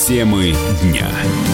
Темы дня.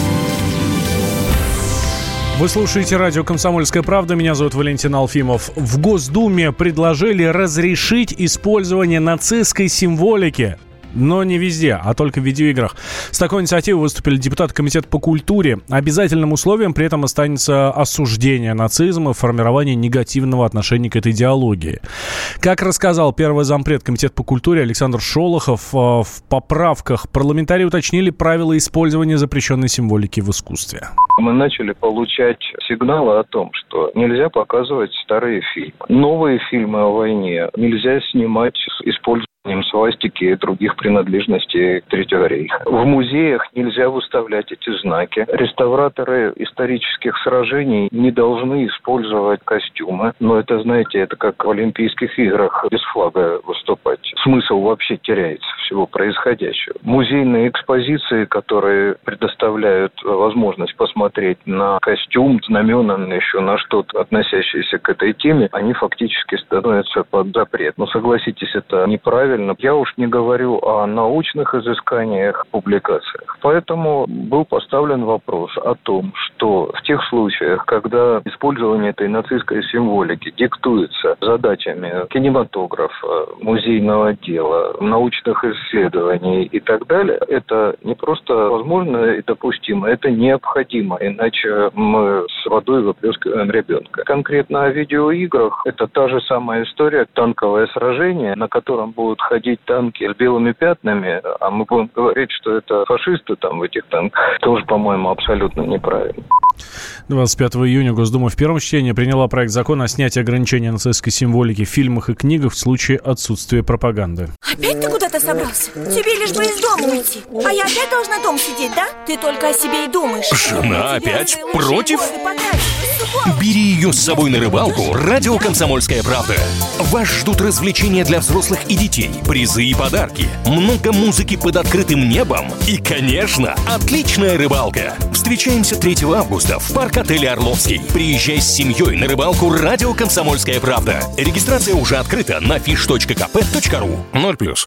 Вы слушаете радио «Комсомольская правда». Меня зовут Валентин Алфимов. В Госдуме предложили разрешить использование нацистской символики. Но не везде, а только в видеоиграх. С такой инициативой выступили депутаты Комитета по культуре. Обязательным условием при этом останется осуждение нацизма и формирование негативного отношения к этой идеологии. Как рассказал первый зампред Комитета по культуре Александр Шолохов, в поправках парламентарии уточнили правила использования запрещенной символики в искусстве. Мы начали получать сигналы о том, что нельзя показывать старые фильмы. Новые фильмы о войне нельзя снимать с использованием свастики и других принадлежностей Третьего рейха. В музеях нельзя выставлять эти знаки. Реставраторы исторических сражений не должны использовать костюмы. Но это, знаете, это как в Олимпийских играх без флага выступать. Смысл вообще теряется всего происходящего. Музейные экспозиции, которые предоставляют возможность посмотреть на костюм, знамена, еще на что-то, относящееся к этой теме, они фактически становятся под запрет. Но согласитесь, это неправильно. Я уж не говорю о научных изысканиях, публикациях. Поэтому был поставлен вопрос о том, что в тех случаях, когда использование этой нацистской символики диктуется задачами кинематографа, музейного дела, научных исследований и так далее, это не просто возможно и допустимо, это необходимо, иначе мы с водой выплескиваем ребенка. Конкретно о видеоиграх это та же самая история, танковое сражение, на котором будут ходить танки с белыми пятнами, а мы будем говорить, что это фашисты там в этих танках, тоже, по-моему, абсолютно неправильно. 25 июня Госдума в первом чтении приняла проект закона о снятии ограничения нацистской символики в фильмах и книгах в случае отсутствия пропаганды. Опять ты куда-то собрался? Тебе лишь бы из дома уйти. А я опять должна дома сидеть, да? Ты только о себе и думаешь. Жена опять против? Бери ее с собой на рыбалку. Радио «Комсомольская правда». Вас ждут развлечения для взрослых и детей, призы и подарки, много музыки под открытым небом и, конечно, отличная рыбалка. Встречаемся 3 августа в парк-отеле «Орловский». Приезжай с семьей на рыбалку «Радио «Комсомольская правда». Регистрация уже открыта на fish.kp.ru. 0+.